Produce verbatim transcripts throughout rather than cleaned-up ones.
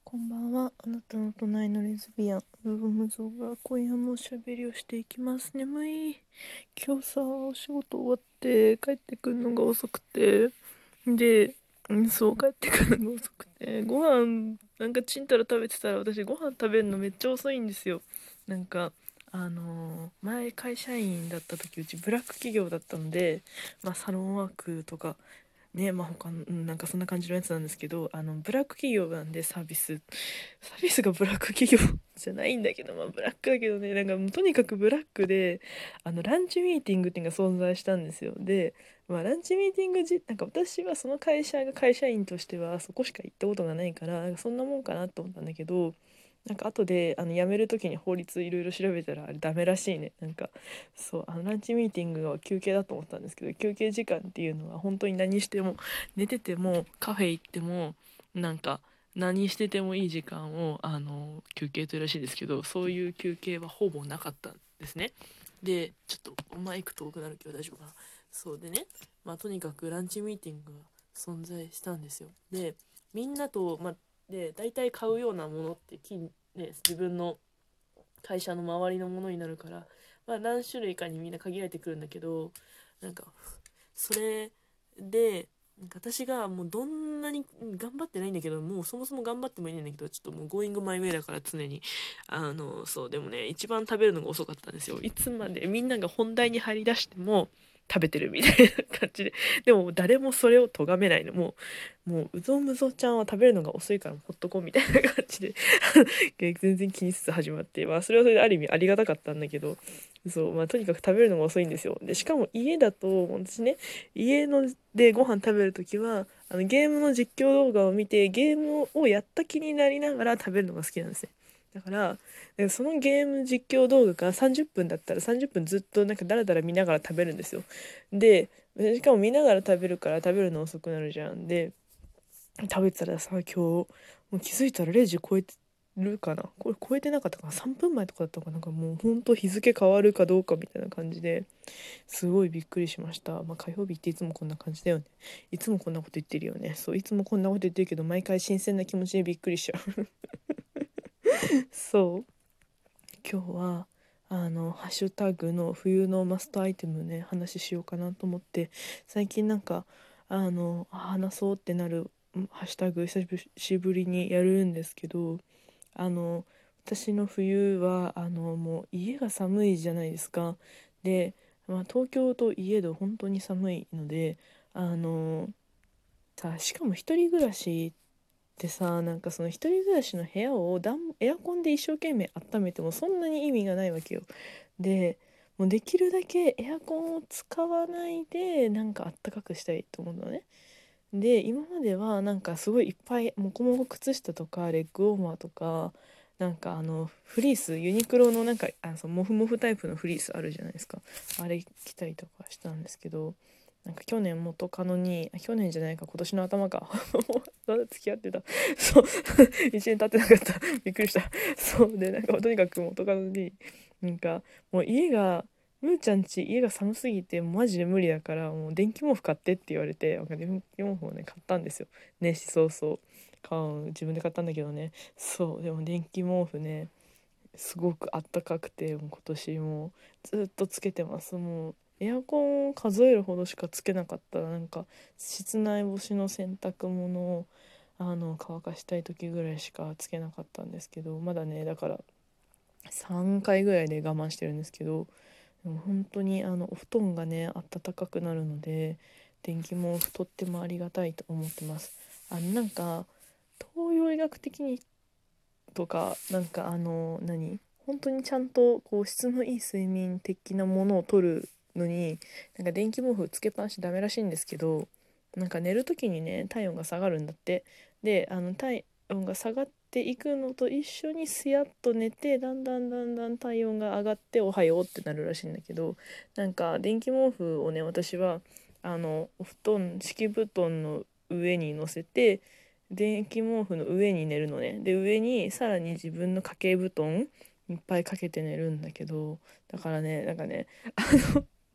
こんばんは。あなたの隣のレズビアン、ウームゾーが今夜もおしゃべりをしていきます。眠い。今日さ、お仕事終わって帰ってくるのが遅くて、で、うんそう、帰ってくるのが遅くて、ご飯、なんかちんたら食べてたら、私ご飯食べるのめっちゃ遅いんですよ。なんか、あのー前会社員だった時、うちブラック企業だったので、まあ、サロンワークとか、ねまあ他の、うんなんかそんな感じのやつなんですけど、あのブラック企業なんで、サービスサービスがブラック企業じゃないんだけど、まあブラックだけどね、なんかもうとにかくブラックで、あのランチミーティングっていうのが存在したんですよ。で、まあランチミーティングじなんか私はその会社が会社員としてはそこしか行ったことがないから、なんかそんなもんかなと思ったんだけど、なんか後であの辞める時に法律いろいろ調べたら、あれダメらしいね。なんかそうあのランチミーティングは休憩だと思ったんですけど、休憩時間っていうのは本当に何しても、寝ててもカフェ行っても、なんか何しててもいい時間をあの休憩というらしいですけど、そういう休憩はほぼなかったんですね。でちょっとマイク遠くなるけど大丈夫かな。そうでね、まあとにかくランチミーティングが存在したんですよ。でみんなと、まあ、で大体買うようなものって金、ね、自分の会社の周りのものになるから、まあ、何種類かにみんな限られてくるんだけど、なんかそれでなんか私がもうどんなに頑張ってないんだけど、もうそもそも頑張ってもいないんだけど、ちょっともう Going my way だから常にあのそうでもね、一番食べるのが遅かったんですよ。いつまでみんなが本題に入り出しても食べてるみたいな感じで、でも誰もそれを咎めないの。もうもううぞうむぞちゃんは食べるのが遅いからほっとこうみたいな感じで全然気にせず始まって、まあそれはそれである意味ありがたかったんだけど、そうまあとにかく食べるのが遅いんですよ。でしかも家だと私ね、家のでご飯食べるときはあのゲームの実況動画を見てゲームをやった気になりながら食べるのが好きなんですね。だからそのゲーム実況動画がさんじゅっぷんだったらさんじゅっぷんずっとなんかダラダラ見ながら食べるんですよ。でしかも見ながら食べるから食べるの遅くなるじゃん。で食べてたらさ、今日もう気づいたられいじ超えてるかな、これ超えてなかったかな、さんぷんまえとかだったかな、なんかもうほんと日付変わるかどうかみたいな感じですごいびっくりしました。まあ火曜日っていつもこんな感じだよね。いつもこんなこと言ってるよね。そういつもこんなこと言ってるけど、毎回新鮮な気持ちでびっくりしちゃうそう今日はあのハッシュタグの冬のマストアイテムね、話しようかなと思って。最近なんかあの話そうってなるハッシュタグ久しぶりにやるんですけど、あの私の冬はあのもう家が寒いじゃないですか。で、まあ、東京といえど本当に寒いので、あのさしかも一人暮らしってさ、なんかその一人暮らしの部屋を暖エアコンで一生懸命温めてもそんなに意味がないわけよ。でもうできるだけエアコンを使わないでなんかあったかくしたいと思うのね。で今まではなんかすごいいっぱいもこもこ靴下とかレッグウォーマーとか、なんかあのフリースユニクロのなんかあのそのモフモフタイプのフリースあるじゃないですか。あれ着たりとかしたんですけど、なんか去年元カノに、あ去年じゃないか今年の頭かまだ付き合ってたそういちねん経ってなかったびっくりした。そうでなんかとにかく元カノに、なんかもう家がむーちゃんち家が寒すぎてマジで無理だからもう電気毛布買ってって言われて、電気毛布をね買ったんですよ。年始早々買う自分で買ったんだけどね。そうでも電気毛布ねすごくあったかくて、もう今年もずっとつけてます。もうエアコンを数えるほどしかつけなかったら、なんか室内干しの洗濯物をあの乾かしたい時ぐらいしかつけなかったんですけど、まだねだからさんかいぐらいで我慢してるんですけど、でも本当にあのお布団がね暖かくなるので、電気毛布とってもありがたいと思ってます。あのなんか東洋医学的にとか、なんかあの何本当にちゃんとこう質のいい睡眠的なものを取るのに、なんか電気毛布つけっぱなしダメらしいんですけど、なんか寝る時にね体温が下がるんだって。であの体温が下がっていくのと一緒にスヤッと寝て、だんだんだんだん体温が上がっておはようってなるらしいんだけど、なんか電気毛布をね私はあのお布団敷布団の上に乗せて電気毛布の上に寝るのね。で上にさらに自分の掛け布団いっぱいかけて寝るんだけど、だからねなんかね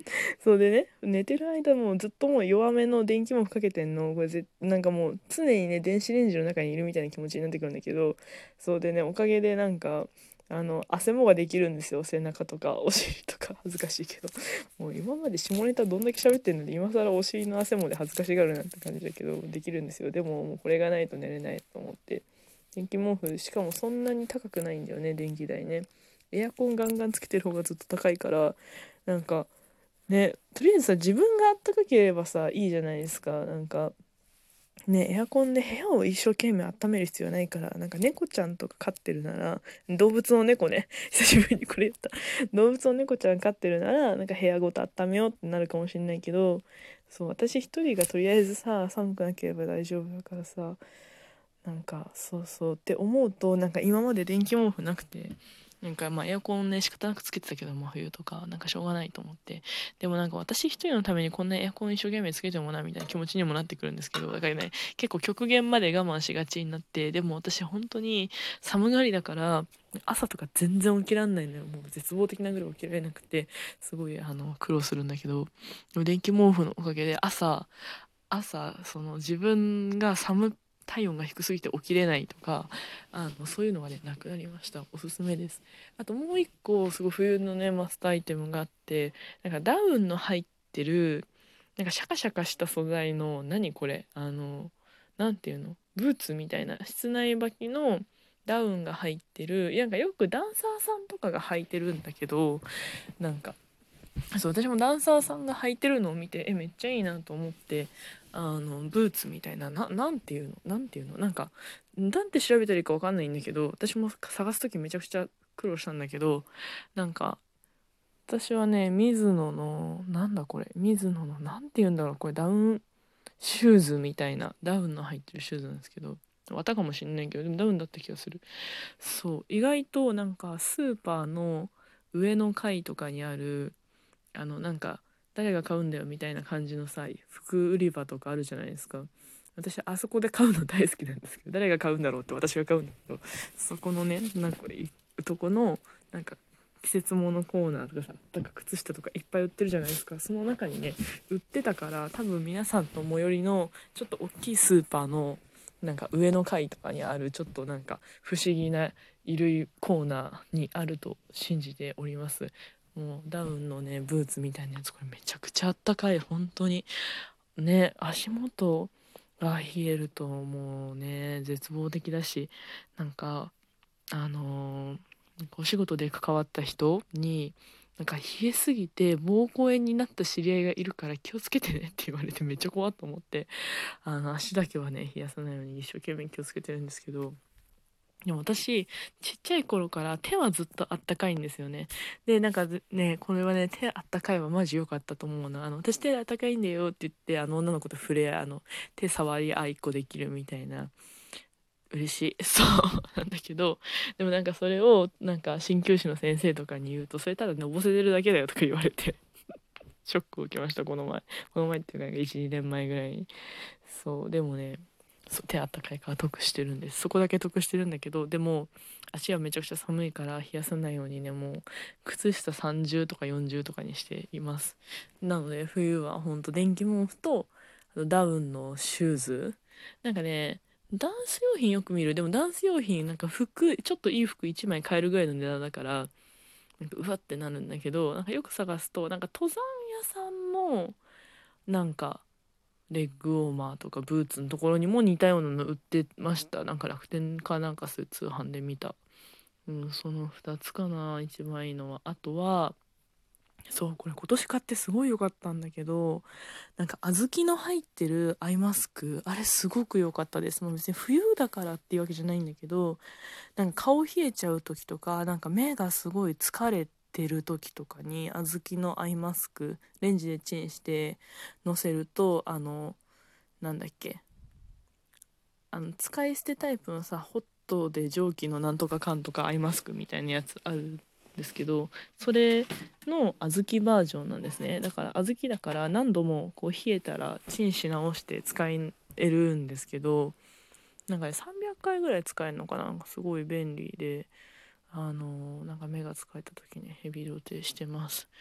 そうでね、寝てる間もずっともう弱めの電気毛布かけてんの。これぜなんかもう常にね電子レンジの中にいるみたいな気持ちになってくるんだけど、そうでね、おかげでなんかあの汗もができるんですよ。背中とかお尻とか。恥ずかしいけど、もう今まで下ネタどんだけ喋ってんので今更お尻の汗もで恥ずかしがるなんて感じだけど、できるんですよ。でももうこれがないと寝れないと思って、電気毛布、しかもそんなに高くないんだよね、電気代ね。エアコンガンガンつけてる方がずっと高いから、なんかね、とりあえずさ、自分があったかければさいいじゃないですか。なんかね、エアコンで部屋を一生懸命温める必要ないから、なんか猫ちゃんとか飼ってるなら、動物の猫ね、久しぶりにこれ言った。動物の猫ちゃん飼ってるなら、なんか部屋ごと温めようってなるかもしれないけど、そう、私一人がとりあえずさ、寒くなければ大丈夫だからさ、なんかそうそうって思うと、なんか今まで電気毛布なくて、なんかまあエアコンね仕方なくつけてたけど、真冬とかなんかしょうがないと思って、でもなんか私一人のためにこんなエアコン一生懸命つけてもなみたいな気持ちにもなってくるんですけど、だからね結構極限まで我慢しがちになって、でも私本当に寒がりだから朝とか全然起きらんないのよ。もう絶望的なぐらい起きられなくて、すごいあの苦労するんだけど、でも電気毛布のおかげで朝朝その自分が寒体温が低すぎて起きれないとか、あのそういうのがねなくなりました。おすすめです。あともう一個すごい冬のねマストアイテムがあって、なんかダウンの入ってるなんかシャカシャカした素材の、何これ、あのなんていうの、ブーツみたいな室内履きのダウンが入ってる、なんかよくダンサーさんとかが履いてるんだけど、なんかそう、私もダンサーさんが履いてるのを見て、え、めっちゃいいなと思って、あの、ブーツみたいな、な、なんていうのなんていうのなんか、なんて調べたらいいかわかんないんだけど、私も探すときめちゃくちゃ苦労したんだけど、なんか、私はね、ミズノの、なんだこれ、ミズノの、なんて言うんだろう、これダウンシューズみたいな、ダウンの入ってるシューズなんですけど、綿かもしんないけど、でもダウンだった気がする。そう、意外となんかスーパーの上の階とかにある、あのなんか誰が買うんだよみたいな感じのさ服売り場とかあるじゃないですか。私あそこで買うの大好きなんですけど、誰が買うんだろうって私が買うんだけど、そこのねなんかいとこのなんか季節物コーナーとかさ、なんか靴下とかいっぱい売ってるじゃないですか。その中にね売ってたから、多分皆さんと最寄りのちょっと大きいスーパーのなんか上の階とかにあるちょっとなんか不思議な衣類コーナーにあると信じております。もうダウンのねブーツみたいなやつ、これめちゃくちゃあったかい。本当にね、足元が冷えるともうね絶望的だし、なんかあのーお仕事で関わった人になんか冷えすぎて膀胱炎になった知り合いがいるから気をつけてねって言われて、めっちゃ怖いと思って、あの足だけはね冷やさないように一生懸命気をつけてるんですけど、でも私、ちっちゃい頃から手はずっとあったかいんですよね。で、なんかずね、これはね、手あったかいはマジ良かったと思うな。あの、私手あったかいんだよって言って、あの女の子と触れ合い、あの、手触り合いっこできるみたいな。嬉しい。そうなんだけど、でもなんかそれを、なんか鍼灸師の先生とかに言うと、それただのぼせてるだけだよとか言われて、ショックを受けました、この前。この前っていうか、いち、にねんまえぐらいに。そう、でもね、そう手あったかいから得してるんです。そこだけ得してるんだけど、でも足はめちゃくちゃ寒いから冷やさないようにね、もう靴下さんじゅうとかよんじゅうとかにしています。なので冬はほんと電気毛布とあとダウンのシューズ、なんかね、ダンス用品よく見る。でもダンス用品なんか服、ちょっといい服いちまい買えるぐらいの値段だから、なんかうわってなるんだけど、なんかよく探すとなんか登山屋さんのなんかレッグウォーマーとかブーツのところにも似たようなの売ってました。なんか楽天かなんかそういう通販で見た。うん、そのふたつかな、一番いいのは。あとは、そう、これ今年買ってすごい良かったんだけど、なんか小豆の入ってるアイマスク、あれすごく良かったです。もう別に冬だからっていうわけじゃないんだけど、なんか顔冷えちゃう時とか、なんか目がすごい疲れてる時とかに、小豆のアイマスク、レンジでチンしてのせると、あの、なんだっけ、あの使い捨てタイプのさホットで蒸気のなんとかかんとかアイマスクみたいなやつあるんですけど、それの小豆バージョンなんですね。だから小豆だから何度もこう冷えたらチンし直して使えるんですけど、なんかねさんびゃっかいぐらい使えるのかな。なんかすごい便利で、あのーなんか目が疲れた時にヘビロテしてます。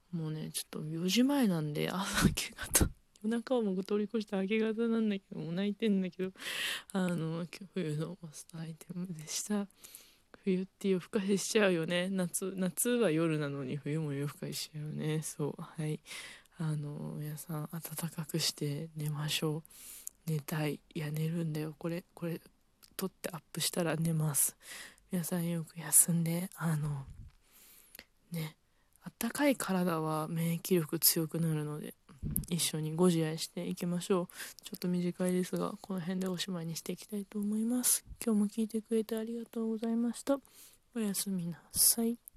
もうねちょっとよじまえなんで朝明け方夜中はもう通り越して明け方なんだけど、もう泣いてんだけど、あの冬のマストアイテムでした。冬って夜更かししちゃうよね。夏夏は夜なのに冬も夜更かししちゃうよね。そう、はい、あの皆さん暖かくして寝ましょう。寝たい。いや寝るんだよ。これこれ撮ってアップしたら寝ます。皆さんよく休んで、あのね、あったかい体は免疫力強くなるので、一緒にご自愛していきましょう。ちょっと短いですが、この辺でおしまいにしていきたいと思います。今日も聞いてくれてありがとうございました。おやすみなさい。